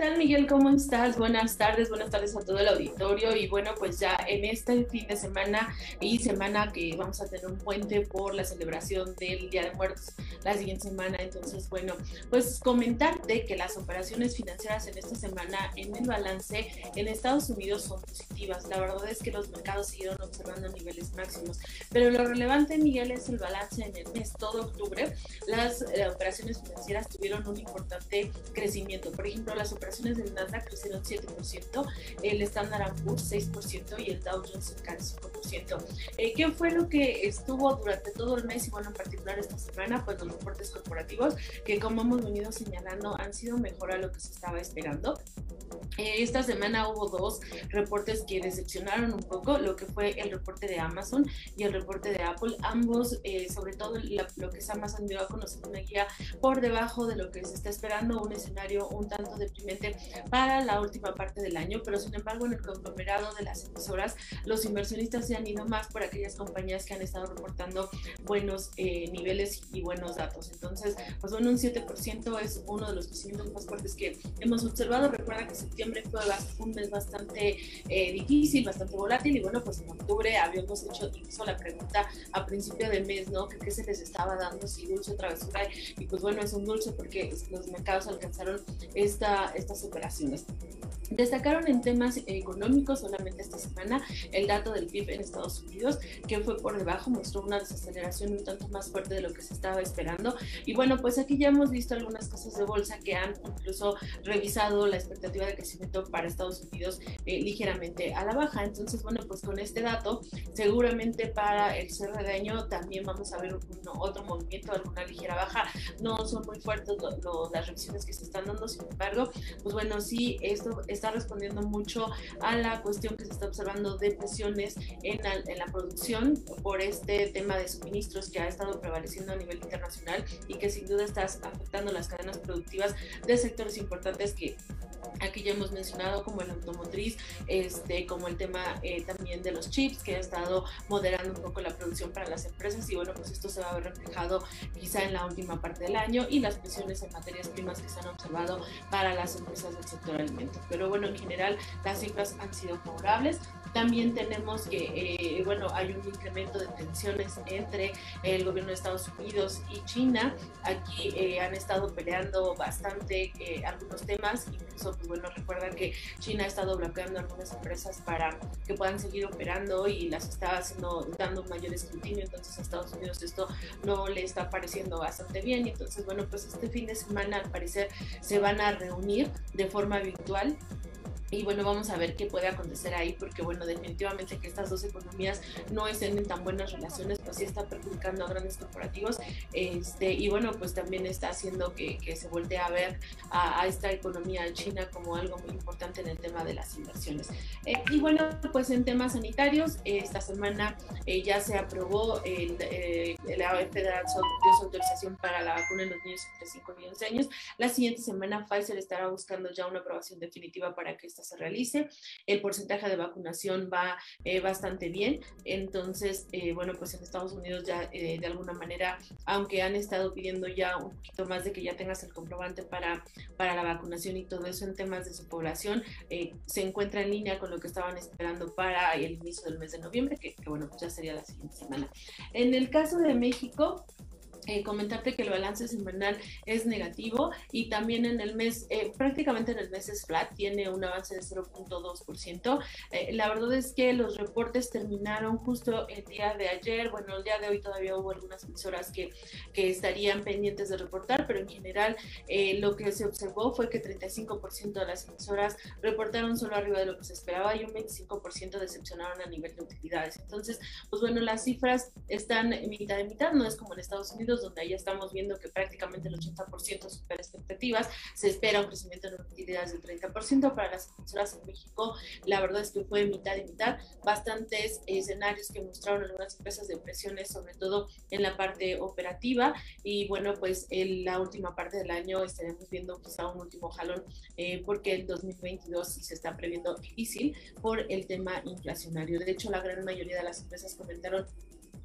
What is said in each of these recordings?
tal, Miguel? ¿Cómo estás? Buenas tardes a todo el auditorio. Y bueno, pues ya en este fin de semana y semana que vamos a tener un puente por la celebración del Día de Muertos la siguiente semana. Entonces, bueno, pues comentarte que las operaciones financieras en esta semana en el balance en Estados Unidos son positivas. La verdad es que los mercados siguieron observando niveles máximos, pero lo relevante, Miguel, es el balance en el mes. Todo octubre las operaciones financieras tuvieron un importante crecimiento. Por ejemplo, las operaciones del Nasdaq crecieron 7%, el Standard & Poor's 6% y el Dow Jones casi 5%. ¿Qué fue lo que estuvo durante todo el mes y bueno, en particular esta semana? Pues los reportes corporativos que, como hemos venido señalando, han sido mejor a lo que se estaba esperando. Esta semana hubo dos reportes que decepcionaron un poco, lo que fue el reporte de Amazon y el reporte de Apple. Ambos, sobre todo lo que es Amazon, dio a conocer una guía por debajo de lo que se está esperando, un escenario un tanto deprimente para la última parte del año, pero sin embargo en el conglomerado de las emisoras los inversionistas se han ido más por aquellas compañías que han estado reportando buenos niveles y buenos datos. Entonces, pues bueno, un 7% es uno de los crecimientos más fuertes que hemos observado. Recuerda que septiembre fue un mes bastante difícil, bastante volátil, y bueno, pues en octubre habíamos hecho incluso la pregunta a principio de mes, ¿no? ¿Qué se les estaba dando? Si dulce o travesura, y pues bueno, es un dulce porque los mercados alcanzaron estas operaciones. Destacaron en temas económicos solamente esta semana el dato del PIB en Estados Unidos, que fue por debajo, mostró una desaceleración un tanto más fuerte de lo que se estaba esperando. Y bueno, pues aquí ya hemos visto algunas cosas de bolsa que han incluso revisado la expectativa de crecimiento para Estados Unidos ligeramente a la baja. Entonces, bueno, pues con este dato, seguramente para el cierre de año también vamos a ver otro movimiento, alguna ligera baja. No son muy fuertes las revisiones que se están dando, sin embargo, pues bueno, sí, esto está respondiendo mucho a la cuestión que se está observando de presiones en la producción por este tema de suministros que ha estado prevaleciendo a nivel internacional y que sin duda está afectando las cadenas productivas de sectores importantes que aquí ya hemos mencionado, como el automotriz, como el tema también de los chips, que ha estado moderando un poco la producción para las empresas. Y bueno, pues esto se va a ver reflejado quizá en la última parte del año, y las presiones en materias primas que se han observado para las empresas del sector alimentos. Pero bueno, en general las cifras han sido favorables. También tenemos que, bueno, hay un incremento de tensiones entre el gobierno de Estados Unidos y China. Aquí han estado peleando bastante algunos temas, incluso, pues bueno, recuerda que China ha estado bloqueando algunas empresas para que puedan seguir operando y las está dando un mayor escrutinio. Entonces a Estados Unidos esto no le está pareciendo bastante bien. Entonces, bueno, pues este fin de semana al parecer se van a reunir de forma virtual. Y bueno, vamos a ver qué puede acontecer ahí, porque bueno, definitivamente que estas dos economías no estén en tan buenas relaciones, pues sí está perjudicando a grandes corporativos, y bueno, pues también está haciendo que se voltee a ver a esta economía china como algo muy importante en el tema de las inversiones. Y bueno, pues en temas sanitarios, esta semana ya se aprobó, la federal dio su autorización para la vacuna en los niños entre 5 y 11 años. La siguiente semana Pfizer estará buscando ya una aprobación definitiva para que esta se realice. El porcentaje de vacunación va bastante bien. Entonces, bueno, pues en Estados Unidos ya de alguna manera, aunque han estado pidiendo ya un poquito más de que ya tengas el comprobante para la vacunación y todo eso en temas de su población, se encuentra en línea con lo que estaban esperando para el inicio del mes de noviembre, que bueno, pues ya sería la siguiente semana. En el caso de México, comentarte que el balance semanal es negativo, y también en el mes, prácticamente en el mes es flat, tiene un avance de 0.2%. La verdad es que los reportes terminaron justo el día de ayer. Bueno, el día de hoy todavía hubo algunas emisoras que estarían pendientes de reportar, pero en general lo que se observó fue que 35% de las emisoras reportaron solo arriba de lo que se esperaba y un 25% decepcionaron a nivel de utilidades. Entonces, pues bueno, las cifras están mitad de mitad, no es como en Estados Unidos, donde ya estamos viendo que prácticamente el 80% supera expectativas. Se espera un crecimiento en utilidades del 30%. Para las emisoras en México, la verdad es que fue mitad y mitad. Bastantes escenarios que mostraron algunas empresas de presiones, sobre todo en la parte operativa. Y bueno, pues en la última parte del año estaremos viendo quizá un último jalón, porque el 2022 sí se está previendo difícil por el tema inflacionario. De hecho, la gran mayoría de las empresas comentaron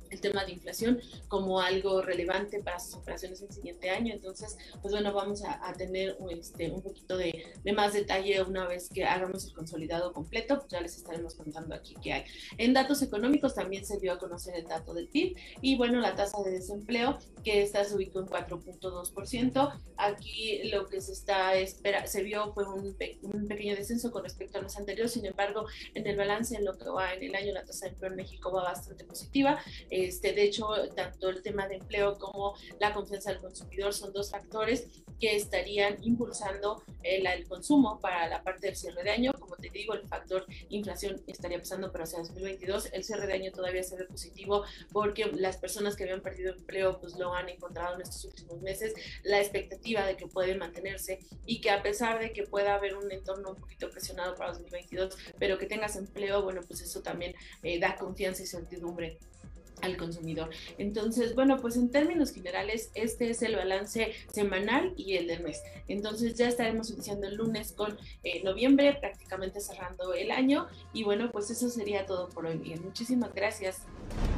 el tema de inflación como algo relevante para sus operaciones el siguiente año. Entonces, pues bueno, vamos a tener un poquito de más detalle una vez que hagamos el consolidado completo, pues ya les estaremos contando aquí qué hay. En datos económicos también se dio a conocer el dato del PIB y bueno, la tasa de desempleo que esta se ubicó en 4.2%. Aquí lo que se vio fue un pequeño descenso con respecto al mes anterior, sin embargo, en el balance en lo que va en el año, la tasa de empleo en México va bastante positiva. De hecho, tanto el tema de empleo como la confianza del consumidor son dos factores que estarían impulsando el consumo para la parte del cierre de año. Como te digo, el factor inflación estaría pasando, pero hacia 2022 el cierre de año todavía se ve positivo porque las personas que habían perdido empleo pues lo han encontrado en estos últimos meses, la expectativa de que pueden mantenerse y que a pesar de que pueda haber un entorno un poquito presionado para 2022, pero que tengas empleo, bueno, pues eso también da confianza y certidumbre al consumidor. Entonces, bueno, pues en términos generales, este es el balance semanal y el del mes. Entonces ya estaremos iniciando el lunes con noviembre, prácticamente cerrando el año. Y bueno, pues eso sería todo por hoy. Bien, muchísimas gracias.